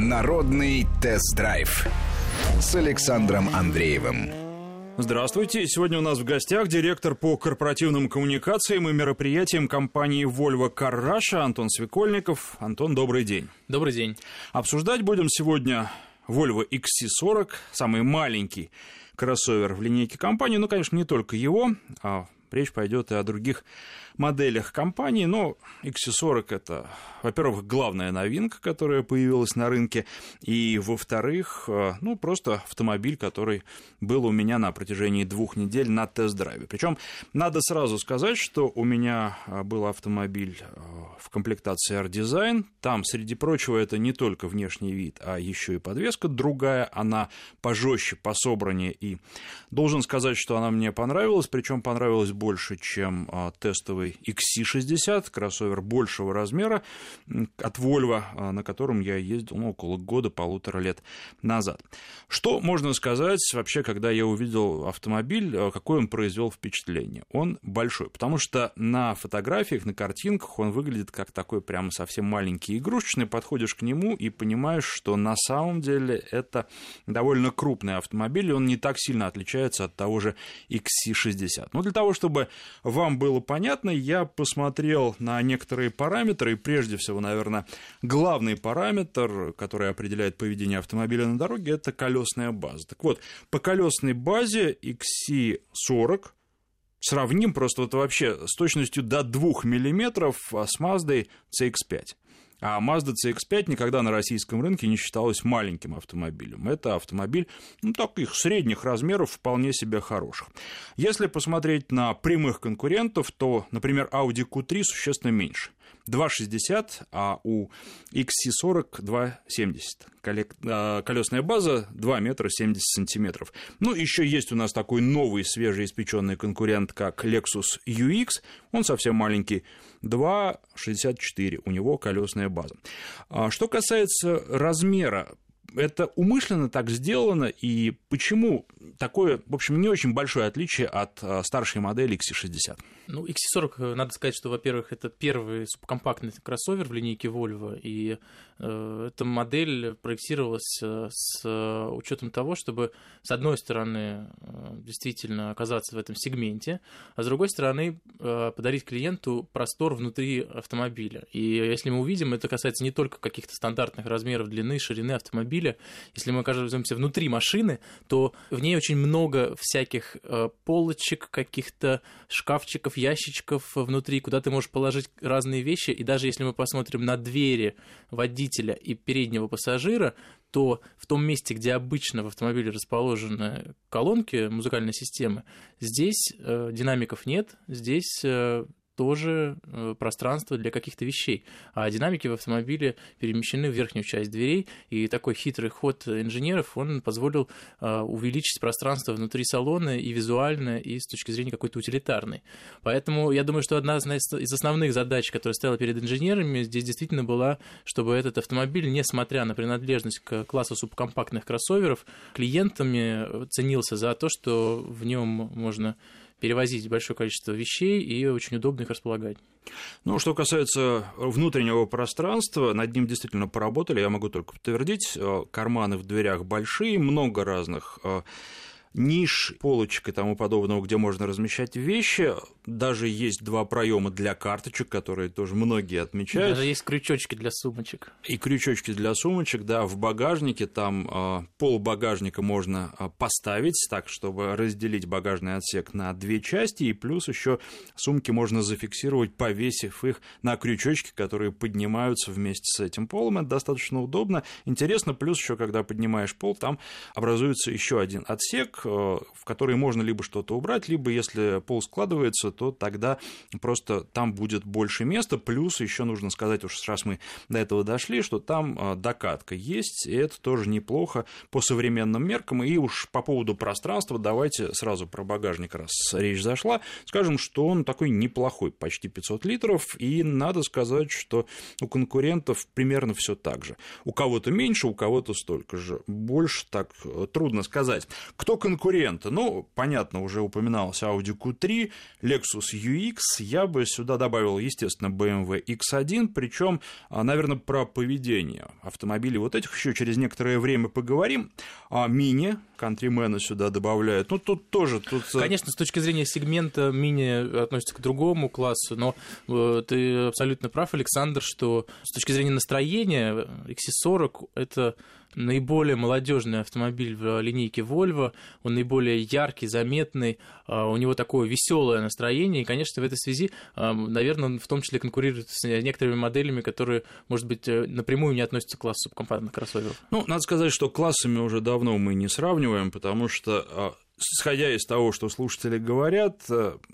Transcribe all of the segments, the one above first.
Народный тест-драйв с Александром Андреевым. Здравствуйте. Сегодня у нас в гостях директор по корпоративным коммуникациям и мероприятиям компании Volvo Car Russia Антон Свекольников. Антон, добрый день. Добрый день. Обсуждать будем сегодня Volvo XC40, самый маленький кроссовер в линейке компании. Ну, конечно, не только его, речь пойдет и о других моделях компании, но XC40 — это, во-первых, главная новинка, которая появилась на рынке, и, во-вторых, просто автомобиль, который был у меня на протяжении 2 недель на тест-драйве. Причем надо сразу сказать, что у меня был автомобиль в комплектации R-Design. Там, среди прочего, это не только внешний вид, а еще и подвеска другая, она пожестче, пособраннее, и должен сказать, что она мне понравилась, причем понравилась больше, чем тестовый XC60, кроссовер большего размера от Volvo, на котором я ездил около года-полутора лет назад. Что можно сказать вообще, когда я увидел автомобиль, какое он произвел впечатление? Он большой, потому что на фотографиях, на картинках он выглядит как такой прямо совсем маленький игрушечный, подходишь к нему и понимаешь, что на самом деле это довольно крупный автомобиль, и он не так сильно отличается от того же XC60. Но для того, чтобы вам было понятно, я посмотрел на некоторые параметры, и прежде всего, наверное, главный параметр, который определяет поведение автомобиля на дороге, это колесная база. Так вот, по колесной базе XC40 сравним просто вообще с точностью до 2 мм с Mazda CX-5. А Mazda CX-5 никогда на российском рынке не считалась маленьким автомобилем. Это автомобиль, таких средних размеров, вполне себе хороших. Если посмотреть на прямых конкурентов, то, например, Audi Q3 существенно меньше. 2,60, а у XC40 2,70. Колесная база 2 метра 70 сантиметров. Еще есть у нас такой новый, свежеиспеченный конкурент, как Lexus UX. Он совсем маленький. 2,64 у него колесная база. Что касается размера, это умышленно так сделано, и почему такое, в общем, не очень большое отличие от старшей модели XC60? XC40, надо сказать, что, во-первых, это первый субкомпактный кроссовер в линейке Volvo, и эта модель проектировалась с учетом того, чтобы, с одной стороны, действительно оказаться в этом сегменте, а с другой стороны, подарить клиенту простор внутри автомобиля. И если мы увидим, это касается не только каких-то стандартных размеров длины, ширины автомобиля. Если мы окажемся внутри машины, то в ней очень много всяких полочек, каких-то шкафчиков, ящичков внутри, куда ты можешь положить разные вещи. И даже если мы посмотрим на двери водителя и переднего пассажира, то в том месте, где обычно в автомобиле расположены колонки музыкальной системы, здесь динамиков нет, здесь тоже пространство для каких-то вещей. А динамики в автомобиле перемещены в верхнюю часть дверей, и такой хитрый ход инженеров, он позволил увеличить пространство внутри салона и визуально, и с точки зрения какой-то утилитарной. Поэтому я думаю, что одна из основных задач, которая стояла перед инженерами, здесь действительно была, чтобы этот автомобиль, несмотря на принадлежность к классу субкомпактных кроссоверов, клиентами ценился за то, что в нем можно перевозить большое количество вещей и очень удобно их располагать. Что касается внутреннего пространства, над ним действительно поработали, я могу только подтвердить. Карманы в дверях большие, много разных ниш, полочек и тому подобного, где можно размещать вещи. Даже есть 2 проема для карточек, которые тоже многие отмечают. Даже есть крючочки для сумочек. И крючочки для сумочек, да, в багажнике. Там пол багажника можно поставить так, чтобы разделить багажный отсек на 2 части, и плюс еще сумки можно зафиксировать, повесив их на крючочки, которые поднимаются вместе с этим полом. Это достаточно удобно. Интересно, плюс еще, когда поднимаешь пол, там образуется еще один отсек, в который можно либо что-то убрать, либо, если пол складывается, то тогда просто там будет больше места. Плюс еще нужно сказать, уж раз мы до этого дошли, что там докатка есть, и это тоже неплохо по современным меркам. И уж по поводу пространства давайте сразу про багажник, раз речь зашла, скажем, что он такой неплохой, почти 500 литров, и надо сказать, что у конкурентов примерно все так же. У кого-то меньше, у кого-то столько же. Больше так трудно сказать. Кто конкурирует конкуренты. Ну, понятно, уже упоминалось Audi Q3, Lexus UX. Я бы сюда добавил, естественно, BMW X1. Причем, наверное, про поведение автомобилей вот этих еще через некоторое время поговорим. Мини, Countryman сюда добавляют. Ну, тут тоже... Конечно, с точки зрения сегмента Мини относится к другому классу, но ты абсолютно прав, Александр, что с точки зрения настроения XC40 — это наиболее молодежный автомобиль в линейке Volvo, он наиболее яркий, заметный, у него такое веселое настроение, и, конечно, в этой связи, наверное, он в том числе конкурирует с некоторыми моделями, которые, может быть, напрямую не относятся к классу субкомпактных кроссоверов. Ну, надо сказать, что классами уже давно мы не сравниваем, потому что, исходя из того, что слушатели говорят,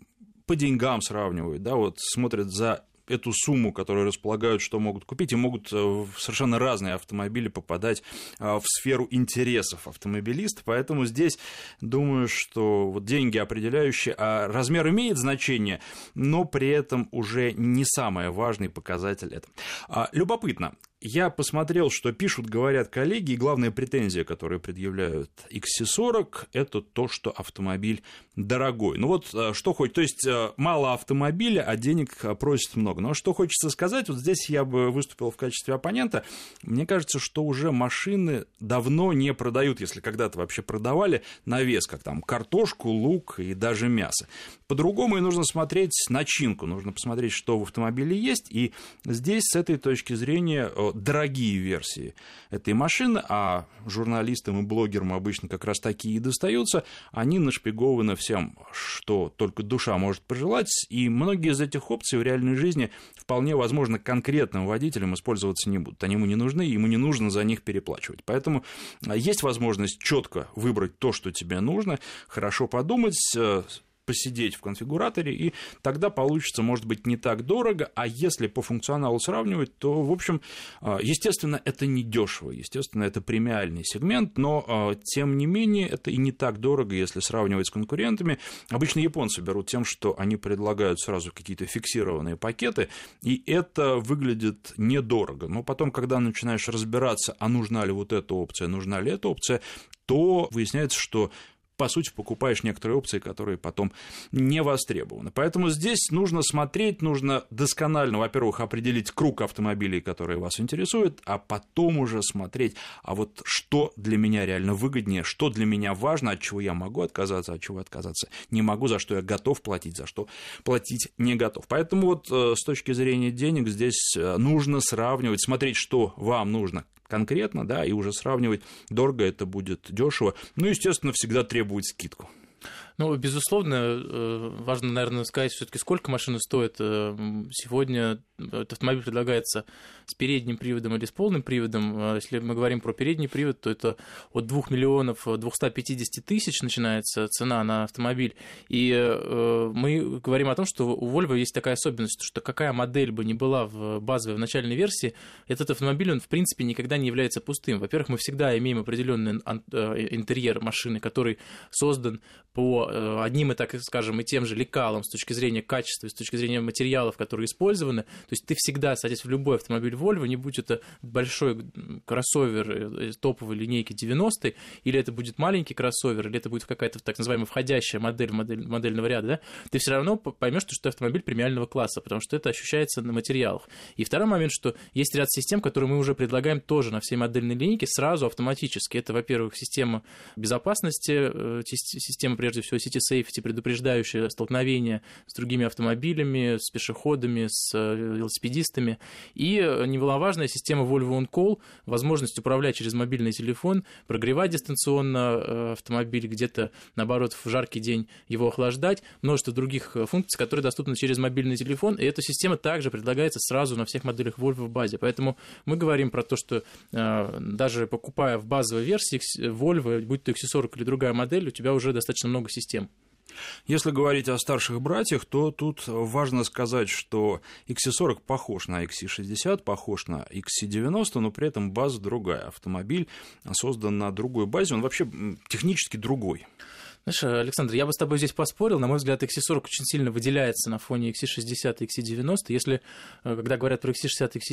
по деньгам сравнивают, да, вот смотрят за эту сумму, которую располагают, что могут купить, и могут в совершенно разные автомобили попадать в сферу интересов автомобилиста. Поэтому здесь думаю, что вот деньги определяющие, а размер имеет значение, но при этом уже не самый важный показатель это. Любопытно. Я посмотрел, что пишут, говорят коллеги, и главная претензия, которую предъявляют XC40, это то, что автомобиль дорогой. Ну вот что хоть, то есть мало автомобиля, а денег просят много. Но что хочется сказать, вот здесь я бы выступил в качестве оппонента. Мне кажется, что уже машины давно не продают, если когда-то вообще продавали, на вес, как там картошку, лук и даже мясо. По-другому и нужно смотреть начинку, нужно посмотреть, что в автомобиле есть, и здесь с этой точки зрения дорогие версии этой машины, а журналистам и блогерам обычно как раз такие и достаются, они нашпигованы всем, что только душа может пожелать, и многие из этих опций в реальной жизни вполне возможно конкретным водителям использоваться не будут. Они ему не нужны, ему не нужно за них переплачивать. Поэтому есть возможность четко выбрать то, что тебе нужно, хорошо подумать, посидеть в конфигураторе, и тогда получится, может быть, не так дорого, а если по функционалу сравнивать, то, в общем, естественно, это не дешево, естественно, это премиальный сегмент, но, тем не менее, это и не так дорого, если сравнивать с конкурентами. Обычно японцы берут тем, что они предлагают сразу какие-то фиксированные пакеты, и это выглядит недорого. Но потом, когда начинаешь разбираться, а нужна ли вот эта опция, нужна ли эта опция, то выясняется, что по сути, покупаешь некоторые опции, которые потом не востребованы. Поэтому здесь нужно смотреть, нужно досконально, во-первых, определить круг автомобилей, которые вас интересуют, а потом уже смотреть, а вот что для меня реально выгоднее, что для меня важно, от чего я могу отказаться, от чего отказаться не могу, за что я готов платить, за что платить не готов. Поэтому вот с точки зрения денег здесь нужно сравнивать, смотреть, что вам нужно конкретно, да, и уже сравнивать, дорого это будет, дешево. Ну, естественно, всегда требовать скидку. Ну, безусловно, важно, наверное, сказать все-таки, сколько машина стоит. Сегодня этот автомобиль предлагается с передним приводом или с полным приводом. Если мы говорим про передний привод, то это от 2 миллионов 250 тысяч начинается цена на автомобиль. И мы говорим о том, что у Volvo есть такая особенность, что какая модель бы ни была в базовой, в начальной версии, этот автомобиль, он, в принципе, никогда не является пустым. Во-первых, мы всегда имеем определенный интерьер машины, который создан по одним и, так скажем, и тем же лекалам с точки зрения качества, с точки зрения материалов, которые использованы. То есть ты всегда, садясь в любой автомобиль Volvo, не будь это большой кроссовер топовой линейки 90-й, или это будет маленький кроссовер, или это будет какая-то так называемая входящая модель модельного ряда, да, ты все равно поймешь, что это автомобиль премиального класса, потому что это ощущается на материалах. И второй момент, что есть ряд систем, которые мы уже предлагаем тоже на всей модельной линейке сразу автоматически. Это, во-первых, система безопасности, система, прежде всего, City Safety, предупреждающая столкновения с другими автомобилями, с пешеходами, с велосипедистами. И немаловажная система Volvo On Call, возможность управлять через мобильный телефон, прогревать дистанционно автомобиль, где-то, наоборот, в жаркий день его охлаждать, множество других функций, которые доступны через мобильный телефон, и эта система также предлагается сразу на всех моделях Volvo в базе. Поэтому мы говорим про то, что даже покупая в базовой версии Volvo, будь то XC40 или другая модель, у тебя уже достаточно много систем. Если говорить о старших братьях, то тут важно сказать, что XC40 похож на XC60, похож на XC90, но при этом база другая. Автомобиль создан на другой базе, он вообще технически другой. Знаешь, Александр, я бы с тобой здесь поспорил. На мой взгляд, XC40 очень сильно выделяется на фоне XC60 и XC90. Если, когда говорят про XC60 и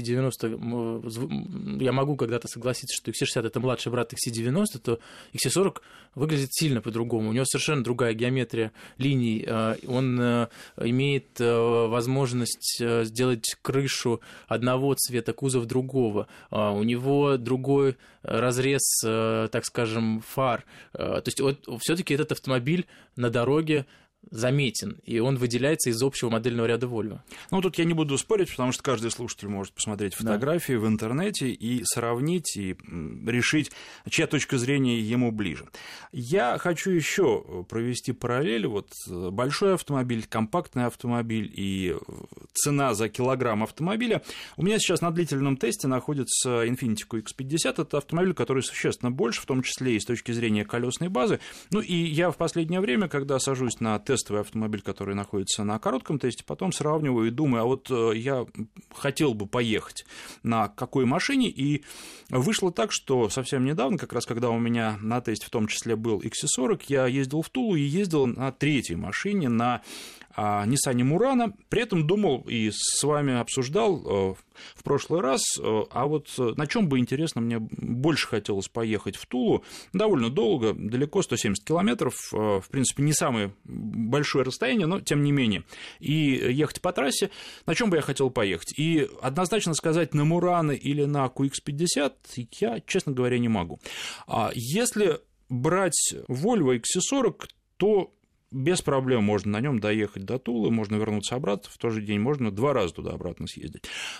XC90, я могу когда-то согласиться, что XC60 — это младший брат XC90, то XC40 выглядит сильно по-другому. У него совершенно другая геометрия линий. Он имеет возможность сделать крышу одного цвета, кузов другого. У него другой разрез, так скажем, фар. То есть все-таки этот автомобиль на дороге заметен, и он выделяется из общего модельного ряда Volvo. Ну, тут я не буду спорить, потому что каждый слушатель может посмотреть фотографии в интернете и сравнить, и решить, чья точка зрения ему ближе. Я хочу еще провести параллель. Вот большой автомобиль, компактный автомобиль и цена за килограмм автомобиля. У меня сейчас на длительном тесте находится Infiniti QX50. Это автомобиль, который существенно больше, в том числе и с точки зрения колесной базы. Ну, и я в последнее время, когда сажусь на тестовый автомобиль, который находится на коротком тесте, потом сравниваю и думаю, а вот я хотел бы поехать на какой машине, и вышло так, что совсем недавно, как раз когда у меня на тесте в том числе был XC40, я ездил в Тулу и ездил на третьей машине, на Nissan Murano, при этом думал и с вами обсуждал в прошлый раз, а вот на чем бы, интересно, мне больше хотелось поехать в Тулу, довольно долго, далеко, 170 километров, в принципе, не самое большое расстояние, но тем не менее, и ехать по трассе, на чем бы я хотел поехать, и однозначно сказать, на Murano или на QX50 я, честно говоря, не могу. Если брать Volvo XC40, то без проблем можно на нем доехать до Тулы, можно вернуться обратно в тот же день, можно 2 раза туда-обратно съездить.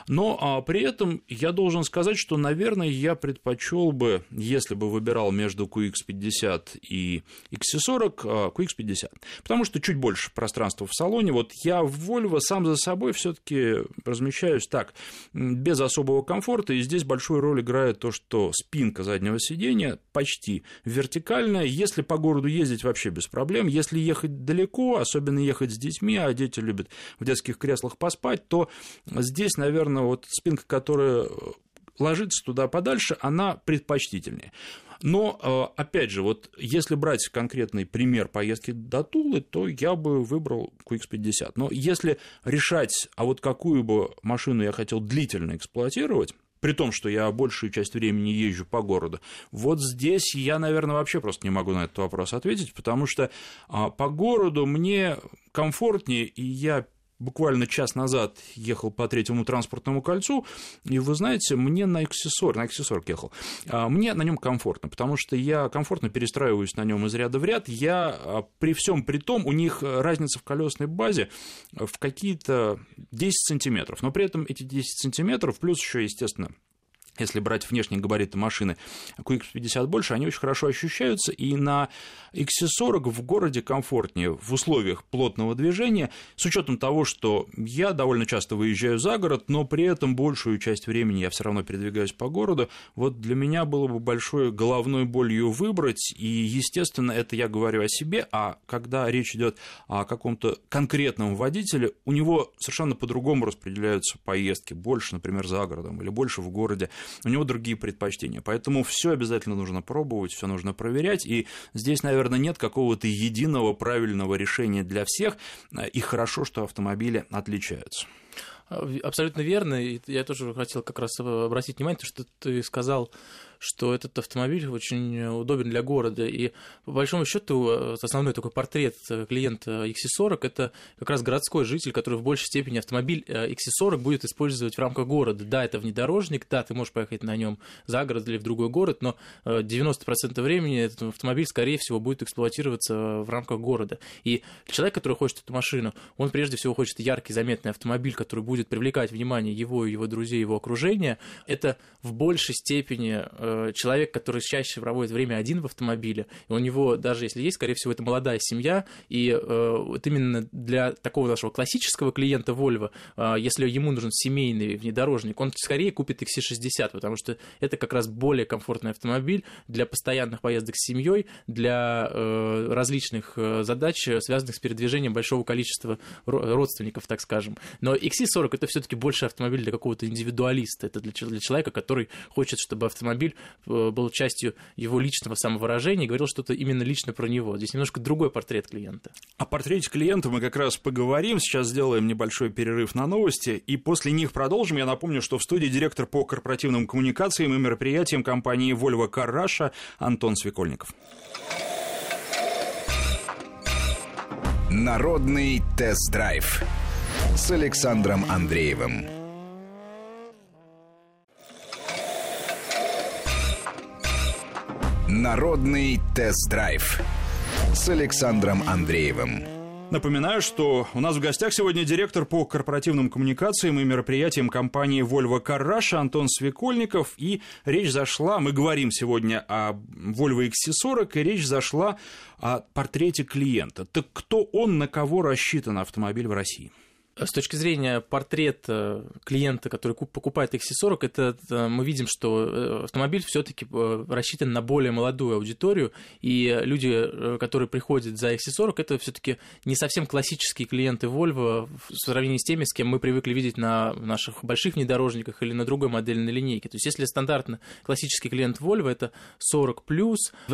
Но при этом я должен сказать, что, наверное, я предпочел бы, если бы выбирал между QX50 и XC40, QX50, потому что чуть больше пространства в салоне. Вот я в Volvo сам за собой все-таки размещаюсь так, без особого комфорта, и здесь большую роль играет то, что спинка заднего сиденья почти вертикальная, если по городу ездить вообще без проблем, если ехать далеко, особенно ехать с детьми, а дети любят в детских креслах поспать, то здесь, наверное, вот спинка, которая ложится туда подальше, она предпочтительнее. Но, опять же, вот если брать конкретный пример поездки до Тулы, то я бы выбрал QX50. Но если решать, а вот какую бы машину я хотел длительно эксплуатировать, при том, что я большую часть времени езжу по городу, вот здесь я, наверное, вообще просто не могу на этот вопрос ответить, потому что по городу мне комфортнее, и я буквально час назад ехал по Третьему транспортному кольцу, и вы знаете, мне на XC40 ехал, мне на нем комфортно, потому что я комфортно перестраиваюсь на нем из ряда в ряд, я при всем при том, у них разница в колесной базе в какие-то 10 сантиметров, но при этом эти 10 сантиметров, плюс еще, естественно, если брать внешние габариты машины, QX50 больше, они очень хорошо ощущаются, и на XC40 в городе комфортнее в условиях плотного движения, с учетом того, что я довольно часто выезжаю за город, но при этом большую часть времени я все равно передвигаюсь по городу. Вот для меня было бы большой головной болью выбрать, и, естественно, это я говорю о себе, а когда речь идет о каком-то конкретном водителе, у него совершенно по-другому распределяются поездки, больше, например, за городом или больше в городе. У него другие предпочтения. Поэтому все обязательно нужно пробовать, все нужно проверять. И здесь, наверное, нет какого-то единого правильного решения для всех. И хорошо, что автомобили отличаются. Абсолютно верно. И я тоже хотел как раз обратить внимание, что ты сказал, что этот автомобиль очень удобен для города. И по большому счету основной такой портрет клиента XC40 – это как раз городской житель, который в большей степени автомобиль XC40 будет использовать в рамках города. Да, это внедорожник, да, ты можешь поехать на нем за город или в другой город, но 90% времени этот автомобиль, скорее всего, будет эксплуатироваться в рамках города. И человек, который хочет эту машину, он прежде всего хочет яркий, заметный автомобиль, который будет привлекать внимание его и его друзей, его окружения. Это в большей степени человек, который чаще проводит время один в автомобиле, и у него, даже если есть, скорее всего, это молодая семья, и вот именно для такого нашего классического клиента Volvo, если ему нужен семейный внедорожник, он скорее купит XC60, потому что это как раз более комфортный автомобиль для постоянных поездок с семьей, для различных задач, связанных с передвижением большого количества родственников, так скажем. Но XC40 это все-таки больше автомобиль для какого-то индивидуалиста, это для человека, который хочет, чтобы автомобиль был частью его личного самовыражения и говорил что-то именно лично про него. Здесь немножко другой портрет клиента. О портрете клиента мы как раз поговорим. Сейчас сделаем небольшой перерыв на новости, и после них продолжим. Я напомню, что в студии директор по корпоративным коммуникациям и мероприятиям компании Volvo Car Russia Антон Свекольников. Народный тест-драйв с Александром Андреевым. Народный тест-драйв с Александром Андреевым. Напоминаю, что у нас в гостях сегодня директор по корпоративным коммуникациям и мероприятиям компании Volvo Car Russia Антон Свекольников. И речь зашла, мы говорим сегодня о Volvo XC40, и речь зашла о портрете клиента. Так кто он, на кого рассчитан автомобиль в России? С точки зрения портрета клиента, который покупает XC40, это мы видим, что автомобиль все-таки рассчитан на более молодую аудиторию, и люди, которые приходят за XC40, это все-таки не совсем классические клиенты Volvo в сравнении с теми, с кем мы привыкли видеть на наших больших внедорожниках или на другой модельной линейке. То есть, если стандартно классический клиент Volvo это 40+, в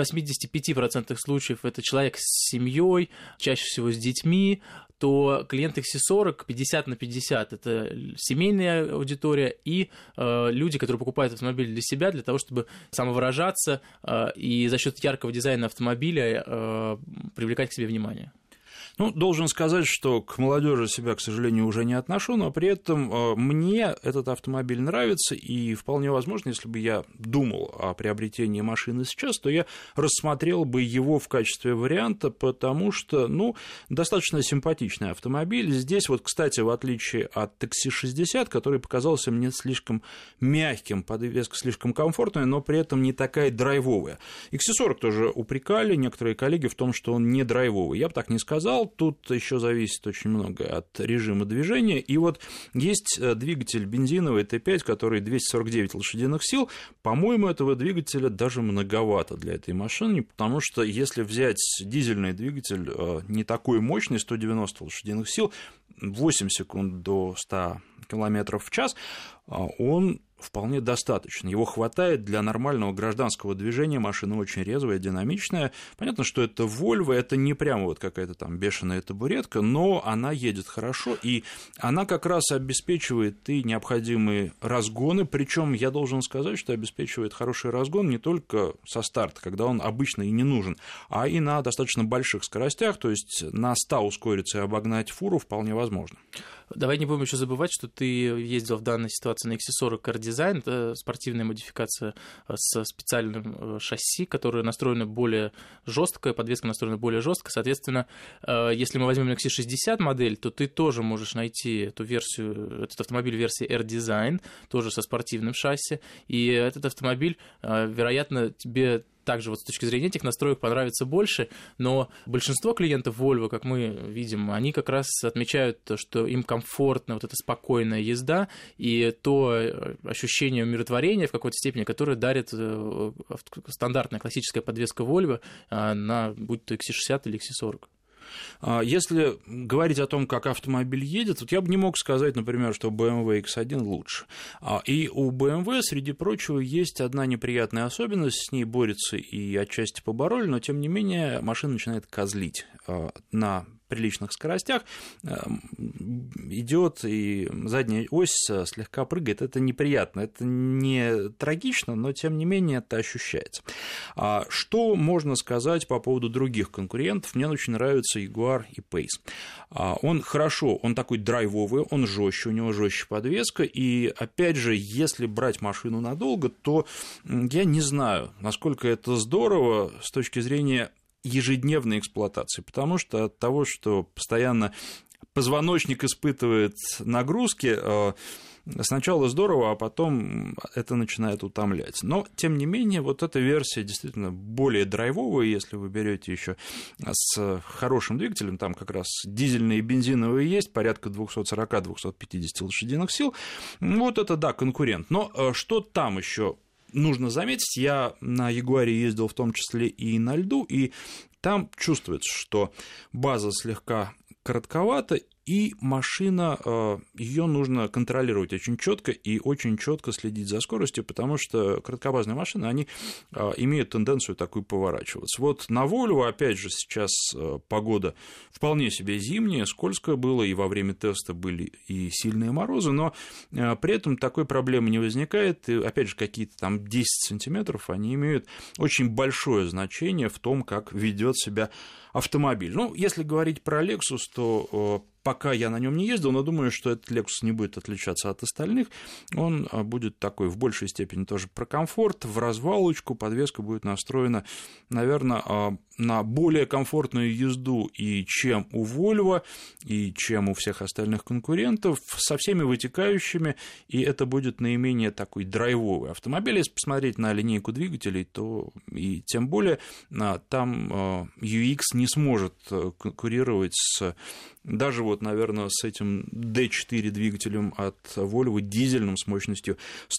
85% случаев это человек с семьей, чаще всего с детьми, то клиент XC40 50/50 – это семейная аудитория и люди, которые покупают автомобиль для себя, для того, чтобы самовыражаться и за счет яркого дизайна автомобиля привлекать к себе внимание. Ну, должен сказать, что к молодежи себя, к сожалению, уже не отношу, но при этом мне этот автомобиль нравится, и вполне возможно, если бы я думал о приобретении машины сейчас, то я рассмотрел бы его в качестве варианта, потому что, ну, достаточно симпатичный автомобиль. Здесь вот, кстати, в отличие от XC60, который показался мне слишком мягким, подвеска слишком комфортная, но при этом не такая драйвовая. XC40 тоже упрекали некоторые коллеги в том, что он не драйвовый. Я бы так не сказал. Тут еще зависит очень много от режима движения. И вот есть двигатель бензиновый Т5, который 249 лошадиных сил. По-моему, этого двигателя даже многовато для этой машины, потому что если взять дизельный двигатель не такой мощный, 190 лошадиных сил, 8 секунд до 100 км в час, он вполне достаточно. Его хватает для нормального гражданского движения. Машина очень резвая, динамичная. Понятно, что это Volvo, это не прямо вот какая-то там бешеная табуретка, но она едет хорошо, и она как раз обеспечивает и необходимые разгоны. Причем я должен сказать, что обеспечивает хороший разгон не только со старта, когда он обычно и не нужен, а и на достаточно больших скоростях, то есть на 100 ускориться и обогнать фуру вполне возможно. Давай не будем еще забывать, что ты ездил в данной ситуации на XC40 Car Design. Это спортивная модификация с специальным шасси, которое настроено более жестко, подвеска настроена более жестко. Соответственно, если мы возьмем XC60 модель, то ты тоже можешь найти эту версию, этот автомобиль в версии R Design, тоже со спортивным шасси. И этот автомобиль, вероятно, тебе также вот с точки зрения этих настроек понравится больше, но большинство клиентов Volvo, как мы видим, они как раз отмечают то, что им комфортна вот эта спокойная езда и то ощущение умиротворения в какой-то степени, которое дарит стандартная классическая подвеска Volvo, будь то XC60 или XC40. Если говорить о том, как автомобиль едет, вот я бы не мог сказать, например, что BMW X1 лучше. И у BMW, среди прочего, есть одна неприятная особенность, с ней борются и отчасти побороли, но тем не менее машина начинает козлить на приличных скоростях, идет и задняя ось слегка прыгает. Это неприятно, это не трагично, но тем не менее это ощущается. Что можно сказать по поводу других конкурентов? Мне очень нравится Jaguar и Pace. Он хорошо, он такой драйвовый, он жестче, у него жестче подвеска, и опять же, если брать машину надолго, то я не знаю, насколько это здорово с точки зрения ежедневной эксплуатации, потому что от того, что постоянно позвоночник испытывает нагрузки, сначала здорово, а потом это начинает утомлять. Но, тем не менее, вот эта версия действительно более драйвовая, если вы берете еще с хорошим двигателем, там как раз дизельные и бензиновые есть, порядка 240-250 лошадиных сил, вот это, да, конкурент. Но что там еще нужно заметить, я на Ягуаре ездил в том числе и на льду, и там чувствуется, что база слегка коротковата, И машина, ее нужно контролировать очень четко и очень четко следить за скоростью, потому что короткобазные машины, они имеют тенденцию такую поворачиваться. Вот на Volvo, опять же, сейчас погода вполне себе зимняя, скользкая было, и во время теста были и сильные морозы, но при этом такой проблемы не возникает, и, опять же, какие-то там 10 сантиметров, они имеют очень большое значение в том, как ведет себя автомобиль. Ну, если говорить про Lexus, то пока я на нем не ездил, но думаю, что этот Lexus не будет отличаться от остальных. Он будет такой в большей степени тоже про комфорт, в развалочку, подвеска будет настроена, наверное, на более комфортную езду и чем у Volvo, и чем у всех остальных конкурентов, со всеми вытекающими, и это будет наименее такой драйвовый автомобиль. Если посмотреть на линейку двигателей, то и тем более там UX не сможет конкурировать с даже вот, наверное, с этим D4 двигателем от Volvo, дизельным с мощностью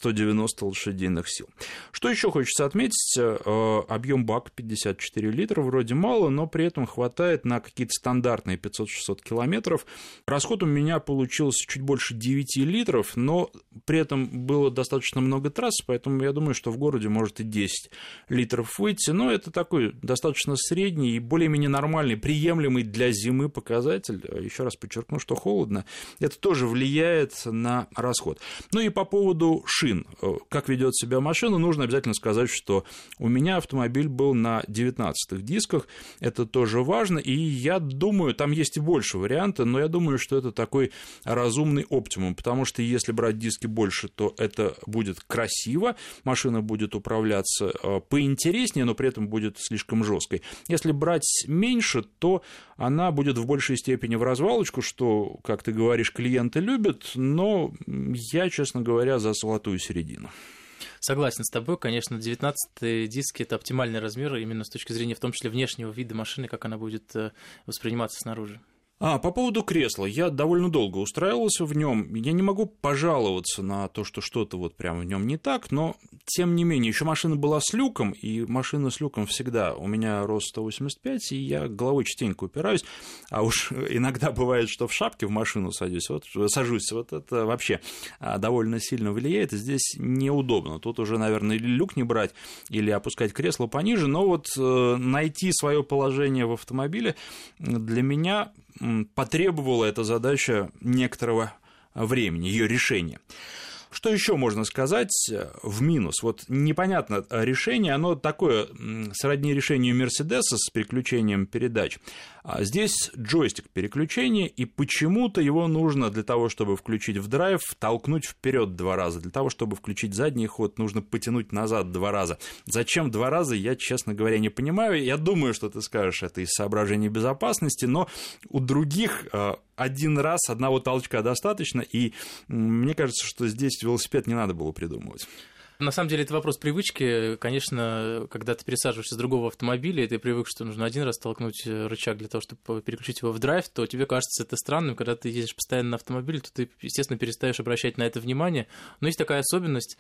190 лошадиных сил. Что еще хочется отметить? Объем бака 54 литра, вроде мало, но при этом хватает на какие-то стандартные 500-600 километров. Расход у меня получился чуть больше 9 литров, но при этом было достаточно много трасс, поэтому я думаю, что в городе может и 10 литров выйти. Но это такой достаточно средний и более-менее нормальный, приемлемый для зимы показатель. Еще раз подчеркну, что холодно, это тоже влияет на расход. Ну и по поводу шин, как ведет себя машина, нужно обязательно сказать, что у меня автомобиль был на 19-х дисках, это тоже важно, и я думаю, там есть и больше вариантов, но я думаю, что это такой разумный оптимум, потому что если брать диски больше, то это будет красиво, машина будет управляться поинтереснее, но при этом будет слишком жесткой. Если брать меньше, то она будет в большей степени в развалочку, что, как ты говоришь, клиенты любят, но я, честно говоря, за золотую середину. Согласен с тобой, конечно, 19-е диски – это оптимальный размер именно с точки зрения, в том числе, внешнего вида машины, как она будет восприниматься снаружи. По поводу кресла. Я довольно долго устраивался в нем. Я не могу пожаловаться на то, что что-то вот прямо в нем не так, но тем не менее, еще машина была с люком, и машина с люком всегда. У меня рост 185, и я головой частенько упираюсь, а уж иногда бывает, что в шапке в машину сажусь. Вот это вообще довольно сильно влияет, и здесь неудобно. Тут уже, наверное, или люк не брать, или опускать кресло пониже, но вот найти свое положение в автомобиле для меня потребовала эта задача некоторого времени, ее решения. Что еще можно сказать в минус? Вот непонятно решение, оно такое сродни решению Мерседеса с переключением передач. Здесь джойстик переключения, и почему-то его нужно для того, чтобы включить в драйв, толкнуть вперед 2 раза. Для того, чтобы включить задний ход, нужно потянуть назад 2 раза. Зачем 2 раза, я, честно говоря, не понимаю. Я думаю, что ты скажешь, это из соображений безопасности, но у других один раз, одного толчка достаточно, и мне кажется, что здесь велосипед не надо было придумывать. На самом деле это вопрос привычки. Конечно, когда ты пересаживаешься с другого автомобиля, и ты привык, что нужно один раз толкнуть рычаг для того, чтобы переключить его в драйв, то тебе кажется это странным. Когда ты ездишь постоянно на автомобиле, то ты, естественно, перестаешь обращать на это внимание. Но есть такая особенность,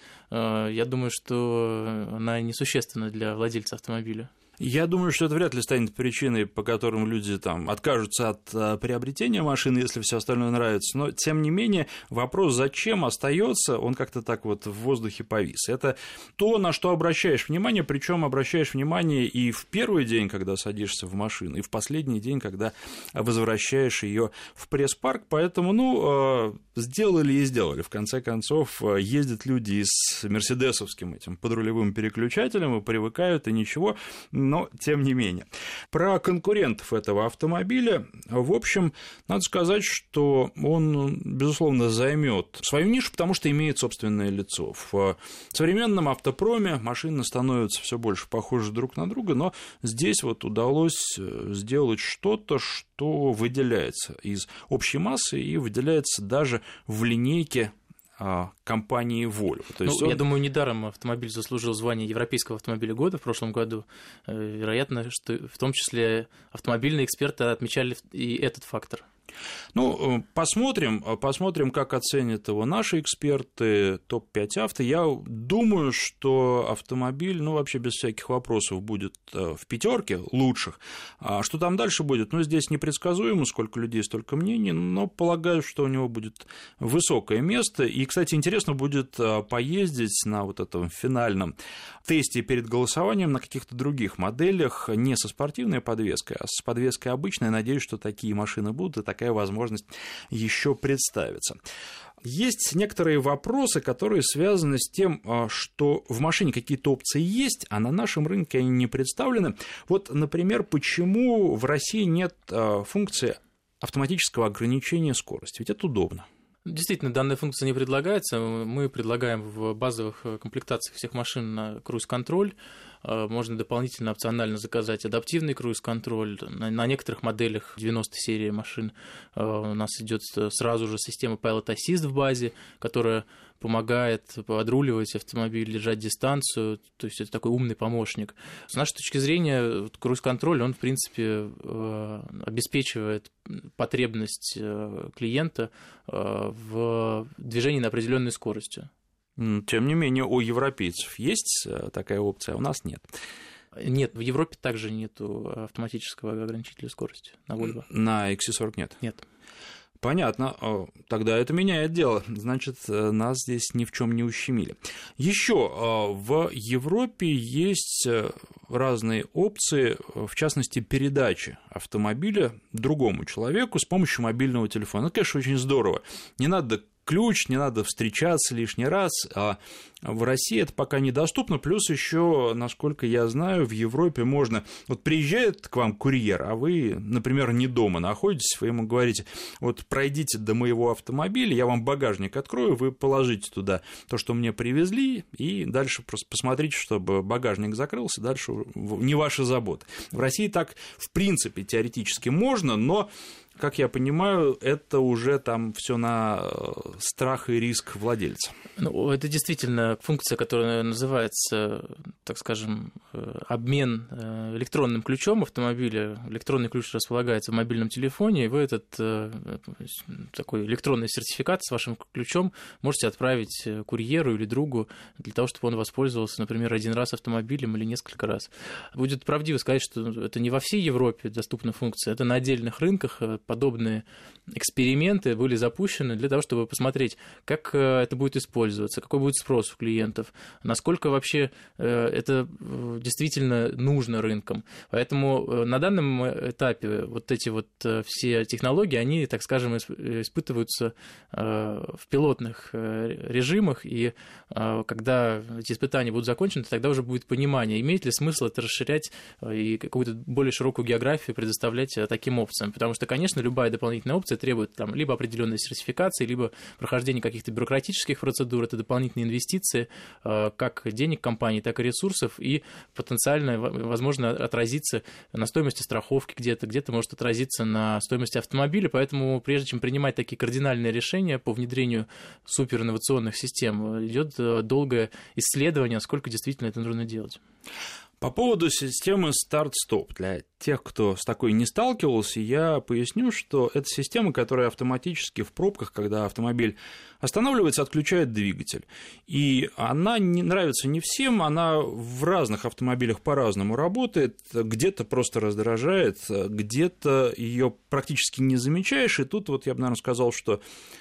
я думаю, что она несущественна для владельца автомобиля. Я думаю, что это вряд ли станет причиной, по которым люди откажутся от приобретения машины, если все остальное нравится. Но, тем не менее, вопрос, зачем остается, он как-то так вот в воздухе повис. Это то, на что обращаешь внимание, причем обращаешь внимание и в первый день, когда садишься в машину, и в последний день, когда возвращаешь ее в пресс-парк. Поэтому, сделали и сделали. В конце концов, ездят люди с мерседесовским этим подрулевым переключателем и привыкают, и ничего. Но, тем не менее. Про конкурентов этого автомобиля, в общем, надо сказать, что он, безусловно, займет свою нишу, потому что имеет собственное лицо. В современном автопроме машины становятся все больше похожи друг на друга, но здесь вот удалось сделать что-то, что выделяется из общей массы и выделяется даже в линейке компании Volvo. То есть Я думаю, недаром автомобиль заслужил звание Европейского автомобиля года в прошлом году. Вероятно, что в том числе автомобильные эксперты отмечали и этот фактор. Ну, посмотрим, как оценят его наши эксперты, топ-5 авто. Я думаю, что автомобиль, вообще без всяких вопросов будет в пятерке лучших. А что там дальше будет? Здесь непредсказуемо, сколько людей, столько мнений, но полагаю, что у него будет высокое место. И, кстати, интересно будет поездить на вот этом финальном тесте перед голосованием на каких-то других моделях, не со спортивной подвеской, а с подвеской обычной. Надеюсь, что такие машины будут, и такая возможность еще представится. Есть некоторые вопросы, которые связаны с тем, что в машине какие-то опции есть, а на нашем рынке они не представлены. Вот, например, почему в России нет функции автоматического ограничения скорости? Ведь это удобно. Действительно, данная функция не предлагается. Мы предлагаем в базовых комплектациях всех машин на круиз-контроль. Можно дополнительно опционально заказать адаптивный круиз-контроль. На некоторых моделях 90 серии машин у нас идет сразу же система Pilot Assist в базе, которая помогает подруливать автомобиль, держать дистанцию, то есть это такой умный помощник. С нашей точки зрения, круиз-контроль, он, в принципе, обеспечивает потребность клиента в движении на определенной скорости. Тем не менее, у европейцев есть такая опция, а у нас нет. Нет, в Европе также нет автоматического ограничителя скорости на Volvo. На XC40 нет? Нет. Понятно, тогда это меняет дело, значит, нас здесь ни в чем не ущемили. Еще в Европе есть разные опции, в частности, передачи автомобиля другому человеку с помощью мобильного телефона. Это, конечно, очень здорово. Не надо ключ, не надо встречаться лишний раз, а в России это пока недоступно, плюс еще, насколько я знаю, в Европе можно, вот приезжает к вам курьер, а вы, например, не дома находитесь, вы ему говорите, вот пройдите до моего автомобиля, я вам багажник открою, вы положите туда то, что мне привезли, и дальше просто посмотрите, чтобы багажник закрылся, дальше не ваша забота. В России так, в принципе, теоретически можно, но, как я понимаю, это уже там все на страх и риск владельца. Это действительно функция, которая называется, так скажем, обмен электронным ключом автомобиля. Электронный ключ располагается в мобильном телефоне, и вы этот такой электронный сертификат с вашим ключом можете отправить курьеру или другу для того, чтобы он воспользовался, например, один раз автомобилем или несколько раз. Будет правдиво сказать, что это не во всей Европе доступна функция, это на отдельных рынках подобные эксперименты были запущены для того, чтобы посмотреть, как это будет использоваться, какой будет спрос у клиентов, насколько вообще это действительно нужно рынкам. Поэтому на данном этапе вот эти вот все технологии, они, так скажем, испытываются в пилотных режимах, и когда эти испытания будут закончены, тогда уже будет понимание, имеет ли смысл это расширять и какую-то более широкую географию предоставлять таким опциям. Потому что, конечно, любая дополнительная опция требует там либо определенной сертификации, либо прохождения каких-то бюрократических процедур, это дополнительные инвестиции, как денег компании, так и ресурсов, и потенциально, возможно, отразиться на стоимости страховки где-то может отразиться на стоимости автомобиля, поэтому прежде чем принимать такие кардинальные решения по внедрению суперинновационных систем, идет долгое исследование, сколько действительно это нужно делать. По поводу системы старт-стоп, для тех, кто с такой не сталкивался, я поясню, что это система, которая автоматически в пробках, когда автомобиль останавливается, отключает двигатель. И она не нравится не всем, она в разных автомобилях по-разному работает, где-то просто раздражает, где-то ее практически не замечаешь, и тут вот я бы, наверное, сказал, что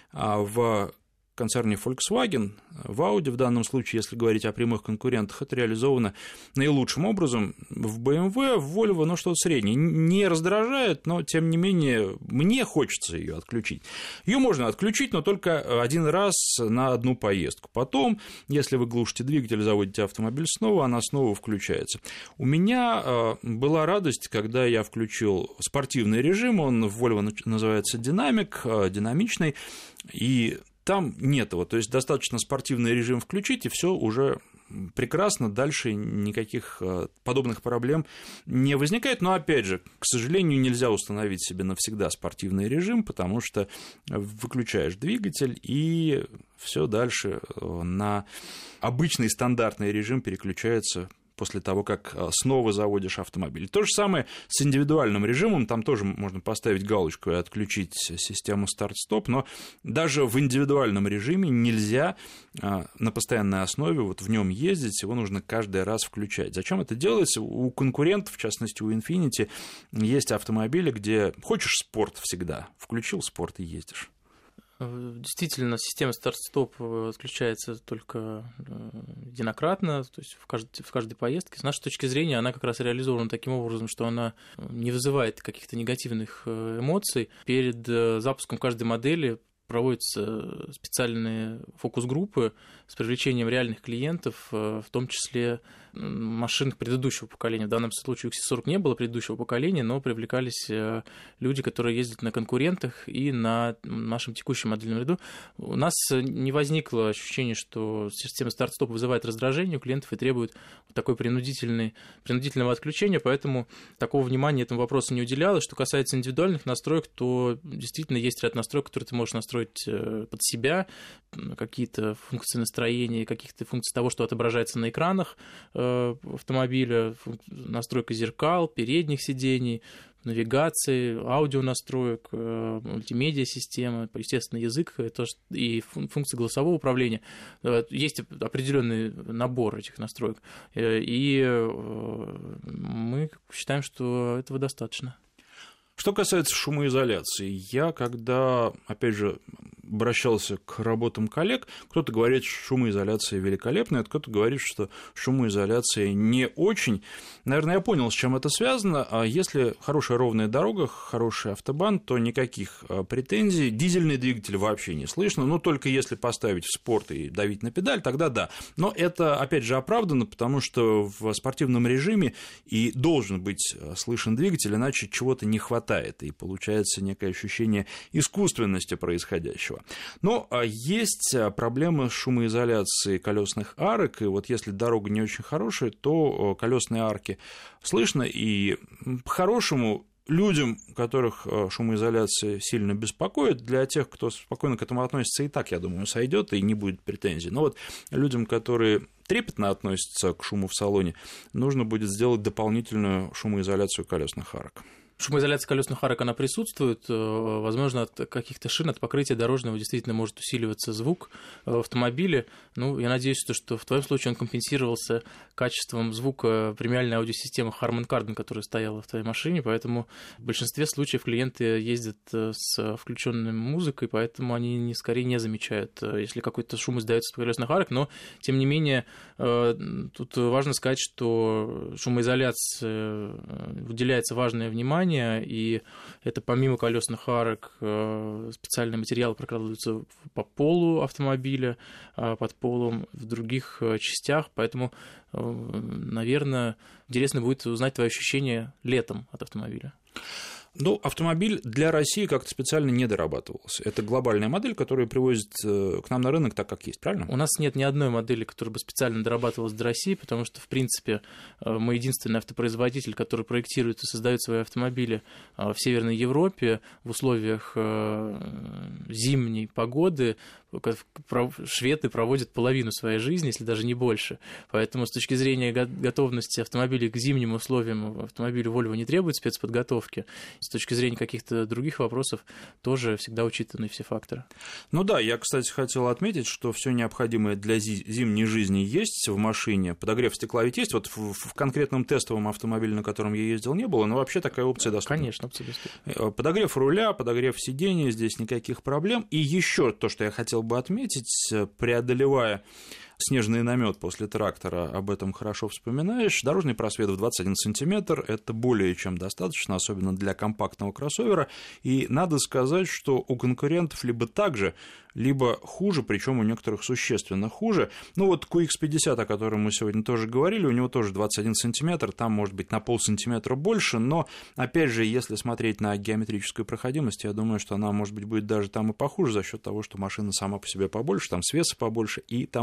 в концерне Volkswagen, в Audi в данном случае, если говорить о прямых конкурентах, это реализовано наилучшим образом. В BMW, в Volvo, что-то среднее. Не раздражает, но, тем не менее, мне хочется ее отключить. Ее можно отключить, но только один раз на одну поездку. Потом, если вы глушите двигатель, заводите автомобиль снова, она снова включается. У меня была радость, когда я включил спортивный режим, он в Volvo называется динамичный, и там нет его, то есть достаточно спортивный режим включить, и все уже прекрасно, дальше никаких подобных проблем не возникает, но, опять же, к сожалению, нельзя установить себе навсегда спортивный режим, потому что выключаешь двигатель, и все дальше на обычный стандартный режим переключается после того, как снова заводишь автомобиль. То же самое с индивидуальным режимом, там тоже можно поставить галочку и отключить систему старт-стоп, но даже в индивидуальном режиме нельзя на постоянной основе вот в нем ездить, его нужно каждый раз включать. Зачем это делается? У конкурентов, в частности у Infiniti, есть автомобили, где хочешь спорт всегда, включил спорт и ездишь. Действительно, система старт-стоп отключается только единократно, то есть в каждой поездке. С нашей точки зрения, она как раз реализована таким образом, что она не вызывает каких-то негативных эмоций. Перед запуском каждой модели проводятся специальные фокус-группы с привлечением реальных клиентов, в том числе машин предыдущего поколения. В данном случае у XC40 не было предыдущего поколения, но привлекались люди, которые ездят на конкурентах и на нашем текущем модельном ряду. У нас не возникло ощущения, что система старт-стоп вызывает раздражение у клиентов и требует такой принудительного отключения, поэтому такого внимания этому вопросу не уделялось. Что касается индивидуальных настроек, то действительно есть ряд настроек, которые ты можешь настроить под себя, какие-то функции настроения, каких-то функций того, что отображается на экранах автомобиля, настройка зеркал, передних сидений, навигации, аудионастроек, мультимедиа-система, естественно, язык и функции голосового управления. Есть определенный набор этих настроек, и мы считаем, что этого достаточно. Что касается шумоизоляции, я когда, опять же, обращался к работам коллег, кто-то говорит, что шумоизоляция великолепная, а кто-то говорит, что шумоизоляция не очень. Наверное, я понял, с чем это связано. А если хорошая ровная дорога, хороший автобан, то никаких претензий. Дизельный двигатель вообще не слышно, но только если поставить в спорт и давить на педаль, тогда да. Но это, опять же, оправдано, потому что в спортивном режиме и должен быть слышен двигатель, иначе чего-то не хватает, и получается некое ощущение искусственности происходящего. Но есть проблемы с шумоизоляцией колесных арок, и вот если дорога не очень хорошая, то колесные арки слышно, и по-хорошему людям, которых шумоизоляция сильно беспокоит, для тех, кто спокойно к этому относится, и так, я думаю, сойдет и не будет претензий. Но вот людям, которые трепетно относятся к шуму в салоне, нужно будет сделать дополнительную шумоизоляцию колесных арок. Шумоизоляция колесных арок, она присутствует. Возможно, от каких-то шин, от покрытия дорожного действительно может усиливаться звук в автомобиле. Ну, я надеюсь, что в твоем случае он компенсировался качеством звука премиальной аудиосистемы Harman Kardon, которая стояла в твоей машине, поэтому в большинстве случаев клиенты ездят с включенной музыкой, поэтому они скорее не замечают, если какой-то шум издается с колесных арок, но, тем не менее, тут важно сказать, что шумоизоляции уделяется важное внимание, и это помимо колесных арок специальные материалы прокладываются по полу автомобиля, под полом в других частях, поэтому, наверное, интересно будет узнать твои ощущения летом от автомобиля. Ну, автомобиль для России как-то специально не дорабатывался. Это глобальная модель, которая привозит к нам на рынок так, как есть, правильно? У нас нет ни одной модели, которая бы специально дорабатывалась для России, потому что, в принципе, мы единственный автопроизводитель, который проектирует и создает свои автомобили в Северной Европе в условиях зимней погоды. Шведы проводят половину своей жизни, если даже не больше. Поэтому с точки зрения готовности автомобилей к зимним условиям автомобилю Volvo не требует спецподготовки. С точки зрения каких-то других вопросов тоже всегда учитаны все факторы. Ну да, я, кстати, хотел отметить, что все необходимое для зимней жизни есть в машине. Подогрев стекла ведь есть. Вот в конкретном тестовом автомобиле, на котором я ездил, не было, но вообще такая опция доступна. Конечно, опция доступна. Подогрев руля, подогрев сидения, здесь никаких проблем. И еще то, что я хотел бы отметить, преодолевая снежный намет после трактора, об этом хорошо вспоминаешь. Дорожный просвет в 21 сантиметр – это более чем достаточно, особенно для компактного кроссовера. И надо сказать, что у конкурентов либо так же, либо хуже, причем у некоторых существенно хуже. Ну вот QX50, о котором мы сегодня тоже говорили, у него тоже 21 сантиметр, там может быть на полсантиметра больше, но, опять же, если смотреть на геометрическую проходимость, я думаю, что она, может быть, будет даже там и похуже за счет того, что машина сама по себе побольше, там свеса побольше и тому подобное.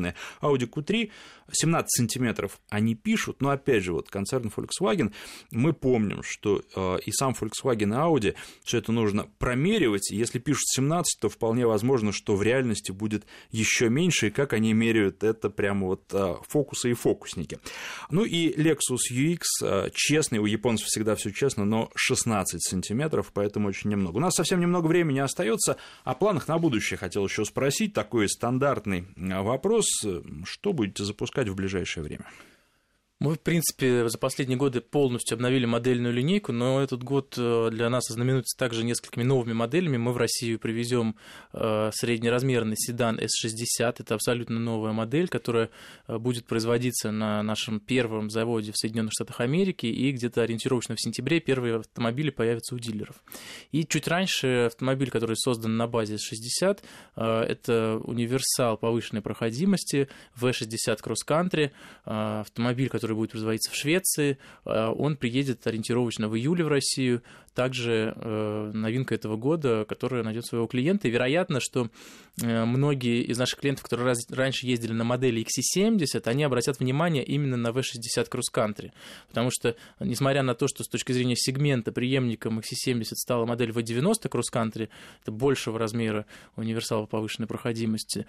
масштабные. Audi Q3 17 сантиметров они пишут, но опять же, вот концерн Volkswagen, мы помним, что и сам Volkswagen, и Audi, все это нужно промеривать, и если пишут 17, то вполне возможно, что в реальности будет еще меньше, и как они меряют это прямо вот фокусы и фокусники. Ну и Lexus UX, честный, у японцев всегда все честно, но 16 сантиметров, поэтому очень немного. У нас совсем немного времени остается. О планах на будущее хотел еще спросить, такой стандартный вопрос, что будете запускать в ближайшее время? Мы, в принципе, за последние годы полностью обновили модельную линейку, но этот год для нас ознаменуется также несколькими новыми моделями. Мы в Россию привезем среднеразмерный седан S60. Это абсолютно новая модель, которая будет производиться на нашем первом заводе в Соединенных Штатах Америки, и где-то ориентировочно в сентябре первые автомобили появятся у дилеров. И чуть раньше автомобиль, который создан на базе S60, это универсал повышенной проходимости V60 Cross Country, автомобиль, который будет производиться в Швеции, он приедет ориентировочно в июле в Россию. Также новинка этого года, которая найдет своего клиента. И вероятно, что многие из наших клиентов, которые раньше ездили на модели XC70, они обратят внимание именно на V60 Cross Country. Потому что, несмотря на то, что с точки зрения сегмента преемником XC70 стала модель V90 Cross Country, это большего размера универсал повышенной проходимости,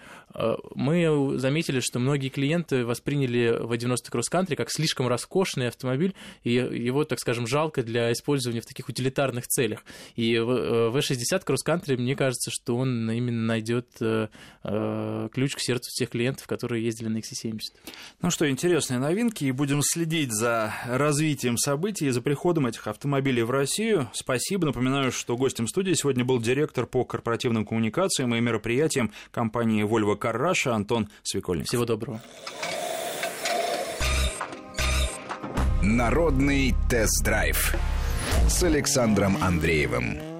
мы заметили, что многие клиенты восприняли V90 Cross Country как слишком роскошный автомобиль, и его, так скажем, жалко для использования в таких утилитарных целях. И V60 Cross Country, мне кажется, что он именно найдет ключ к сердцу тех клиентов, которые ездили на XC70. Ну что, интересные новинки, и будем следить за развитием событий и за приходом этих автомобилей в Россию. Спасибо. Напоминаю, что гостем студии сегодня был директор по корпоративным коммуникациям и мероприятиям компании Volvo Car Russia Антон Свекольников. Всего доброго. Народный тест-драйв с Александром Андреевым.